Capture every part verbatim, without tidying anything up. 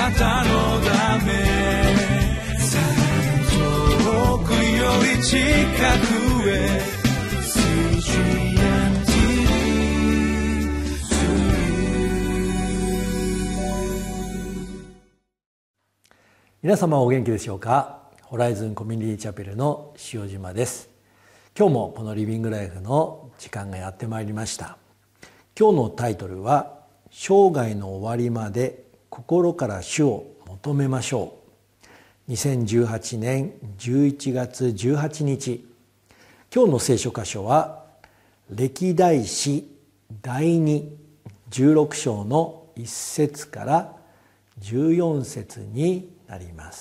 なたのため遠くより近くへ皆様お元気でしょうか。ホライズンコミュニティチャペルの塩島です。今日もこのリビングライフの時間がやってまいりました。今日のタイトルは生涯の終わりまで心から主を求めましょう。にせんじゅうはちねんじゅういちがつじゅうはちにち、今日の聖書箇所は歴代史だいにじゅうろくしょうのいっせつからじゅうよんせつになります。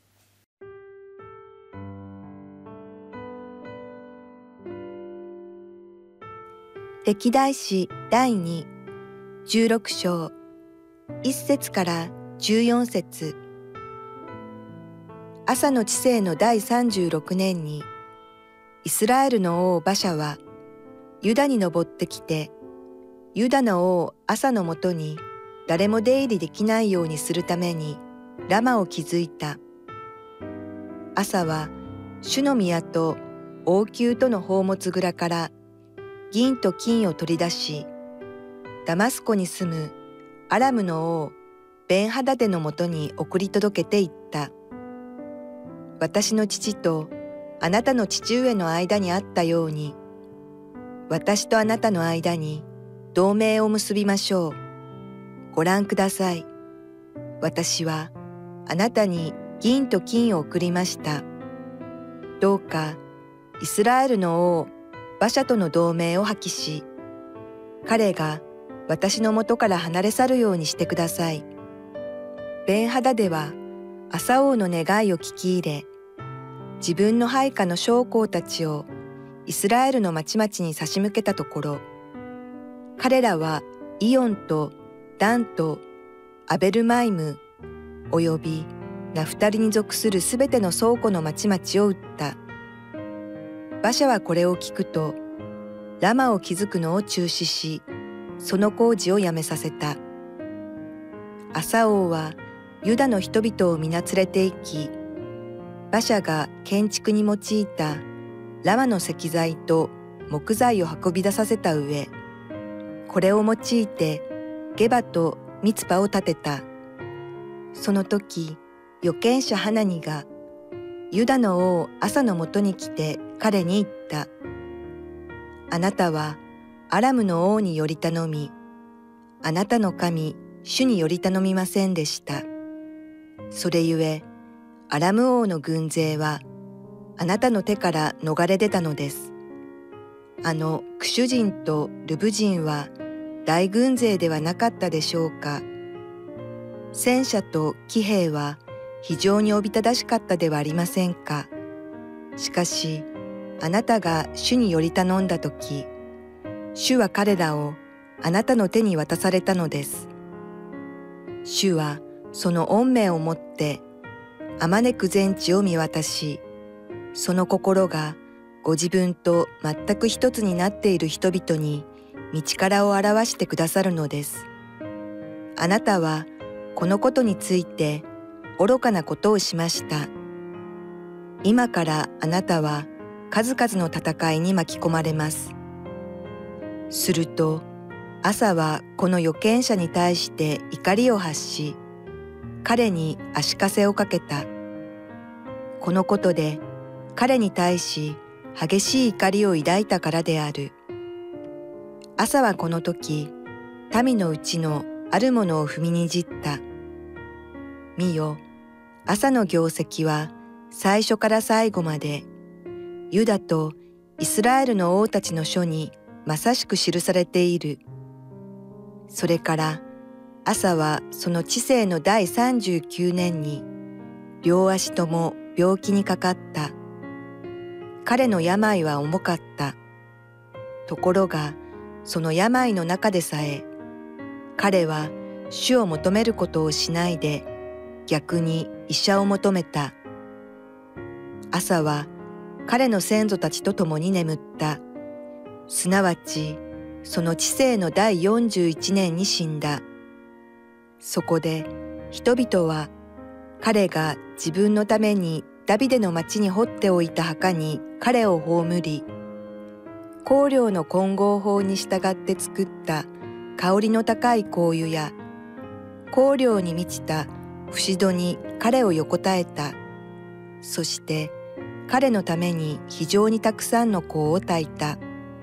歴代史だいにじゅうろくしょういっせつからじゅうよんせつ。アサの治世のだいさんじゅうろくねんにイスラエルの王バシャはユダに登ってきて、ユダの王アサのもとに誰も出入りできないようにするためにラマを築いた。アサは主の宮と王宮との宝物蔵から銀と金を取り出し、ダマスコに住むアラムの王ベンハダデのもとに送り届けていった。私の父とあなたの父上の間にあったように、私とあなたの間に同盟を結びましょう。ご覧ください。私はあなたに銀と金を送りました。どうかイスラエルの王バシャとの同盟を破棄し、彼が私のもとから離れ去るようにしてください。ベンハダデはアサ王の願いを聞き入れ、自分の配下の将校たちをイスラエルの町々に差し向けたところ、彼らはイオンとダンとアベルマイムおよびナフタリに属するすべての倉庫の町々を撃った。バシャはこれを聞くと、ラマを築くのを中止し、その工事をやめさせた。アサ王はユダの人々を皆連れて行き、バシャが建築に用いたラマの石材と木材を運び出させた上、これを用いてゲバとミツパを建てた。その時、預言者ハナニがユダの王アサのもとに来て彼に言った。あなたはアラムの王により頼み、あなたの神主により頼みませんでした。それゆえ、アラム王の軍勢はあなたの手から逃れ出たのです。あのクシュ人とルブ人は大軍勢ではなかったでしょうか。戦車と騎兵は非常におびただしかったではありませんか。しかし、あなたが主により頼んだとき、主は彼らをあなたの手に渡されたのです。主はその恩命をもって、あまねく全地を見渡し、その心がご自分と全く一つになっている人々に道からを表してくださるのです。あなたはこのことについて愚かなことをしました。今からあなたは数々の戦いに巻き込まれます。すると、アサはこの預言者に対して怒りを発し、彼に足かせをかけた。このことで彼に対し激しい怒りを抱いたからである。アサはこの時、民のうちのあるものを踏みにじった。見よ、アサの業績は最初から最後まで、ユダとイスラエルの王たちの書にまさしく記されている。それからアサはその治世のだいさんじゅうきゅうねんに両足とも病気にかかった。彼の病は重かった。ところがその病の中でさえ、彼は主を求めることをしないで逆に医者を求めた。アサは彼の先祖たちと共に眠った。すなわちその治世のだいよんじゅういちねんに死んだ。そこで人々は彼が自分のためにダビデの町に掘っておいた墓に彼を葬り、香料の混合法に従って作った香りの高い香油や香料に満ちた節戸に彼を横たえた。そして彼のために非常にたくさんの香を焚いた。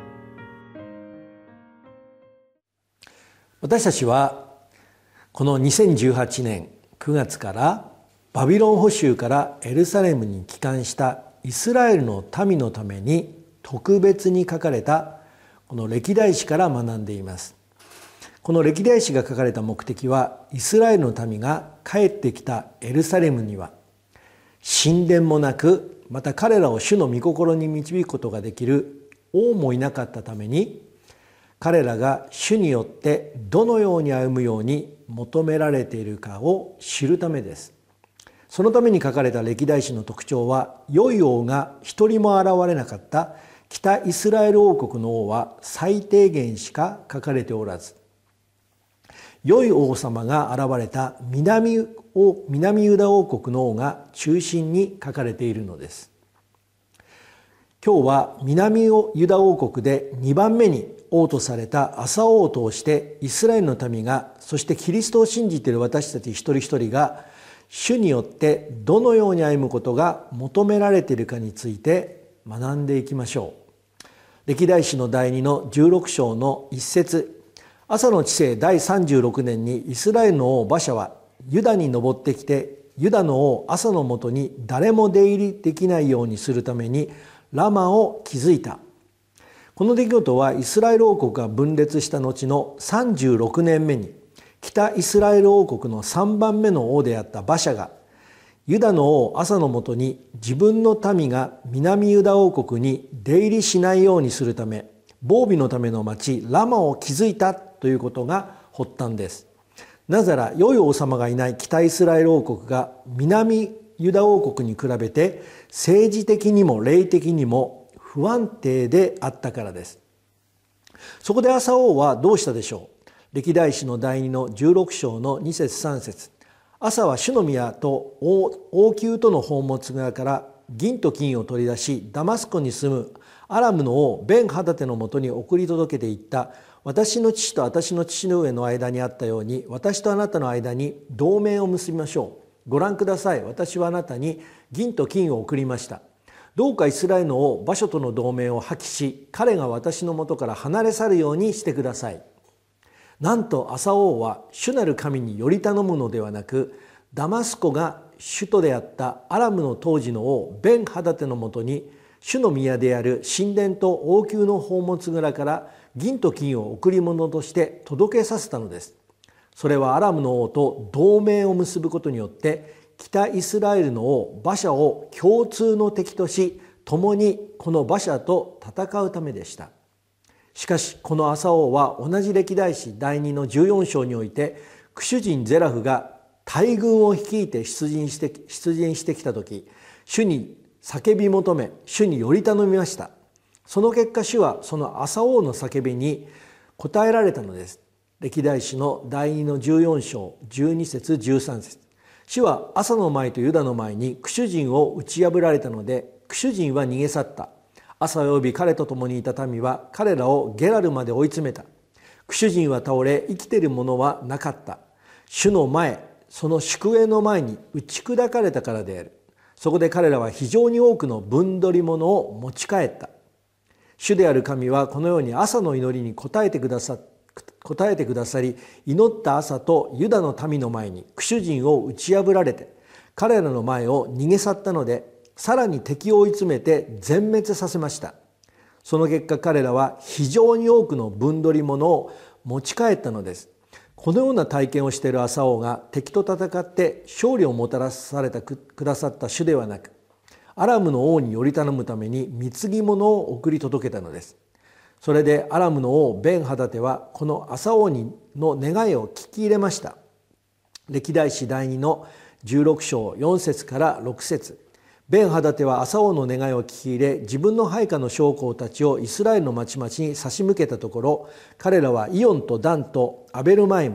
私たちはこのにせんじゅうはちねんくがつからバビロン捕囚からエルサレムに帰還したイスラエルの民のために特別に書かれたこの歴代史から学んでいます。この歴代史が書かれた目的は、イスラエルの民が帰ってきたエルサレムには神殿もなく、また彼らを主の御心に導くことができる王もいなかったために、彼らが主によってどのように歩むように求められているかを知るためです。そのために書かれた歴代史の特徴は、良い王が一人も現れなかった北イスラエル王国の王は最低限しか書かれておらず、良い王様が現れた南を南ユダ王国の王が中心に書かれているのです。今日は南ユダ王国でにばんめに王とされたアサ王を通して、イスラエルの民が、そしてキリストを信じている私たち一人一人が主によってどのように歩むことが求められているかについて学んでいきましょう。歴代史のだいにのじゅうろく章のいち節、アサの治世だいさんじゅうろくねんにイスラエルの王バシャはユダに登ってきて、ユダの王アサのもとに誰も出入りできないようにするためにラマを築いた。この出来事はイスラエル王国が分裂した後のさんじゅうろくねんめに、北イスラエル王国のさんばんめの王であったバシャがユダの王アサのもとに自分の民が南ユダ王国に出入りしないようにするため、防備のための町ラマを築いたということが発端です。なぜなら、良い王様がいない北イスラエル王国が南ユダ王国に比べて政治的にも霊的にも不安定であったからです。そこでアサ王はどうしたでしょう。歴代史のだいにのじゅうろく章のに節さん節、アサは主の宮と王宮との宝物側から銀と金を取り出し、ダマスコに住むアラムの王ベンハダテのもとに送り届けていった。私の父と私の父の上の間にあったように、私とあなたの間に同盟を結びましょう。ご覧ください。私はあなたに銀と金を送りました。どうかイスラエルの王バシャとの同盟を破棄し、彼が私のもとから離れ去るようにしてください。なんとアサ王は主なる神により頼むのではなく、ダマスコが首都であったアラムの当時の王ベンハダテのもとに、主の宮である神殿と王宮の宝物蔵から銀と金を贈り物として届けさせたのです。それはアラムの王と同盟を結ぶことによって、北イスラエルの王バシャを共通の敵とし、共にこのバシャと戦うためでした。しかしこのアサ王は同じ歴代史だいにのじゅうよん章において、クシュ人ゼラフが大軍を率いて出陣して出陣してきた時、主に叫び求め、主により頼みました。その結果、主はそのアサ王の叫びに応えられたのです。歴代史のだいにのじゅうよん章じゅうに節じゅうさん節、主はアサの前とユダの前にクシュ人を打ち破られたので、クシュ人は逃げ去った。アサ及び彼と共にいた民は彼らをゲラルまで追い詰めた。クシュ人は倒れ、生きている者はなかった。主の前、その宿営の前に打ち砕かれたからである。そこで彼らは非常に多くの分取り物を持ち帰った。主である神はこのようにアサの祈りに応えてくださ答えてくださり、祈ったアサとユダの民の前にクシュ人を打ち破られて、彼らの前を逃げ去ったので、さらに敵を追い詰めて全滅させました。その結果、彼らは非常に多くの分取り物を持ち帰ったのです。このような体験をしているアサ王が敵と戦って勝利をもたらされたくださった主ではなく、アラムの王により頼むために貢ぎ物を送り届けたのです。それでアラムの王ベンハダテはこのアサ王の願いを聞き入れました。歴代史だいにのじゅうろく章よん節からろく節、ベンハダテはアサ王の願いを聞き入れ、自分の配下の将校たちをイスラエルの町々に差し向けたところ、彼らはイオンとダンとアベルマイム、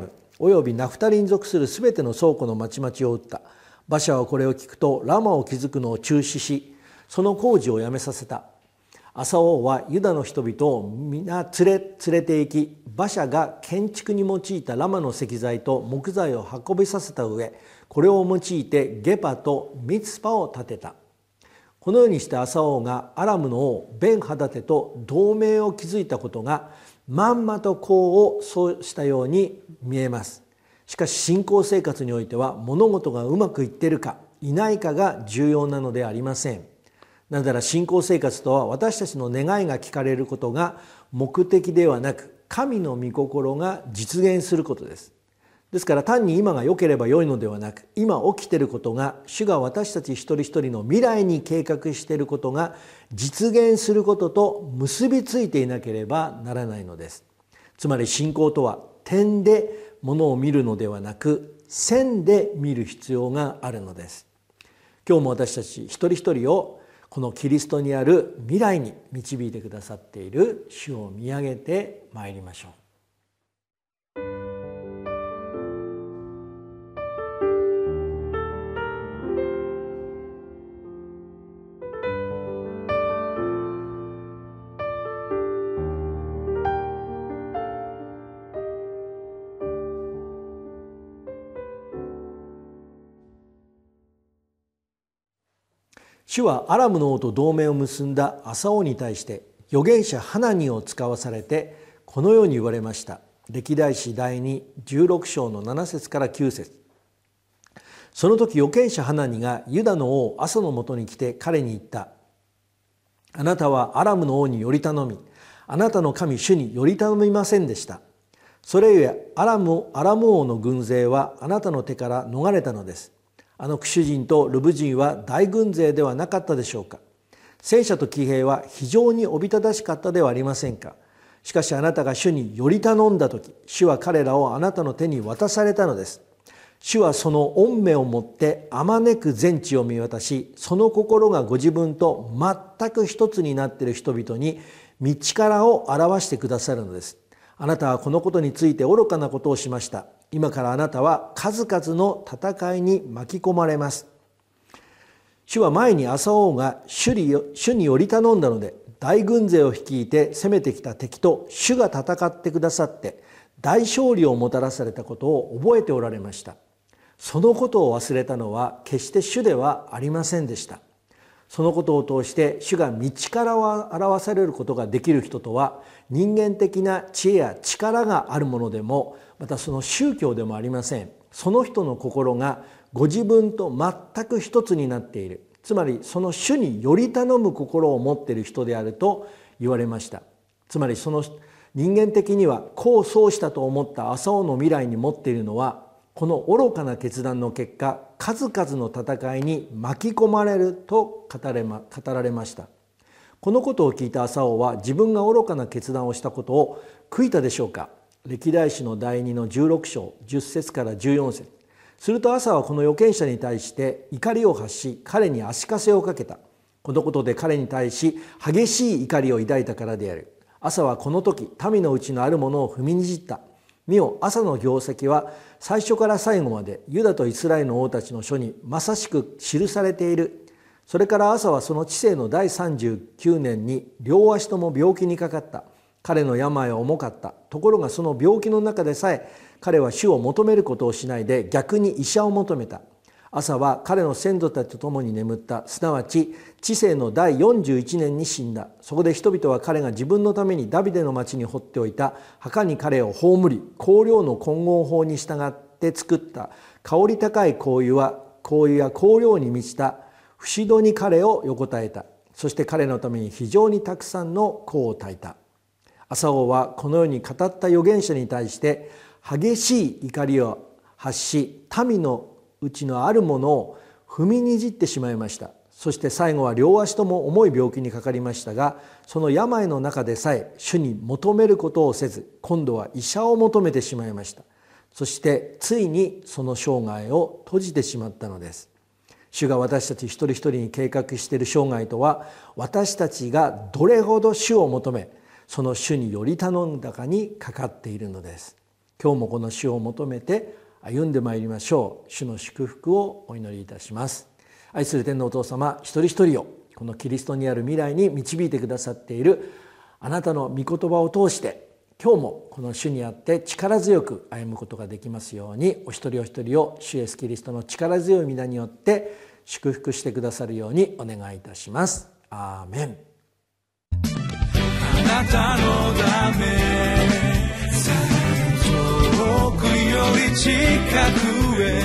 およびナフタリに属するすべての倉庫の町々を撃った。バシャはこれを聞くとラマを築くのを中止し、その工事をやめさせた。アサ王はユダの人々を皆連れ連れて行き、バシャが建築に用いたラマの石材と木材を運びさせた上、これを用いてゲパとミツパを建てた。このようにしてアサ王がアラムの王ベンハダテと同盟を築いたことがまんまと功を奏したように見えます。しかし信仰生活においては物事がうまくいっているかいないかが重要なのでありません。なぜなら信仰生活とは私たちの願いが聞かれることが目的ではなく、神の御心が実現することです。ですから単に今が良ければ良いのではなく、今起きていることが主が私たち一人一人の未来に計画していることが実現することと結びついていなければならないのです。つまり信仰とは点でものを見るのではなく、線で見る必要があるのです。今日も私たち一人一人をこのキリストにある未来に導いてくださっている主を見上げてまいりましょう。主はアラムの王と同盟を結んだアサ王に対して預言者ハナニを使わされてこのように言われました。歴代史第にじゅうろく章のなな節からきゅう節。その時預言者ハナニがユダの王アサのもとに来て彼に言った。あなたはアラムの王により頼み、あなたの神主により頼みませんでした。それゆえアラム、アラム王の軍勢はあなたの手から逃れたのです。あのクシュ人とルブ人は大軍勢ではなかったでしょうか。戦車と騎兵は非常におびただしかったではありませんか。しかしあなたが主により頼んだ時、主は彼らをあなたの手に渡されたのです。主はその御目をもってあまねく全地を見渡し、その心がご自分と全く一つになっている人々に道からを表してくださるのです。あなたはこのことについて愚かなことをしました。今からあなたは数々の戦いに巻き込まれます。主は前にアサ王が主に、主により頼んだので、大軍勢を率いて攻めてきた敵と主が戦ってくださって大勝利をもたらされたことを覚えておられました。そのことを忘れたのは決して主ではありませんでした。そのことを通して主が道からを表されることができる人とは、人間的な知恵や力があるものでも、またその宗教でもありません。その人の心がご自分と全く一つになっている。つまりその主により頼む心を持っている人であると言われました。つまりその人間的にはこうそうしたと思ったアサ王の未来に持っているのは、この愚かな決断の結果、数々の戦いに巻き込まれると語れま、語られました。このことを聞いたアサ王は自分が愚かな決断をしたことを悔いたでしょうか。歴代史の第にのじゅうろく章じゅっ節からじゅうよん節。するとアサはこの預言者に対して怒りを発し、彼に足かせをかけた。このことで彼に対し激しい怒りを抱いたからである。アサはこの時民のうちのあるものを踏みにじった。見よ、アサの業績は最初から最後までユダとイスラエルの王たちの書にまさしく記されている。それからアサはその治世の第さんじゅうきゅうねんに両足とも病気にかかった。彼の病は重かった。ところがその病気の中でさえ彼は主を求めることをしないで逆に医者を求めた。アサは彼の先祖たちと共に眠った。すなわち治世の第よんじゅういちねんに死んだ。そこで人々は彼が自分のためにダビデの町に掘っておいた墓に彼を葬り、香料の金剛法に従って作った香り高い香油は香油や香料に満ちた節戸に彼を横たえた。そして彼のために非常にたくさんの香を焚いた。アサ王はこのように語った預言者に対して激しい怒りを発し、民のうちのあるものを踏みにじってしまいました。そして最後は両足とも重い病気にかかりましたが、その病の中でさえ主に求めることをせず、今度は医者を求めてしまいました。そしてついにその生涯を閉じてしまったのです。主が私たち一人一人に計画している生涯とは、私たちがどれほど主を求め、その主により頼んだかにかかっているのです。 今日もこの主を求めて歩んでまいりましょう。主の祝福をお祈りいたします。愛する天のお父様、一人一人をこのキリストにある未来に導いてくださっているあなたの御言葉を通して、今日もこの主にあって力強く歩むことができますように、お一人お一人を主イエスキリストの力強い皆によって祝福してくださるようにお願いいたします。アーメン。 あなたのため遠くより近くへ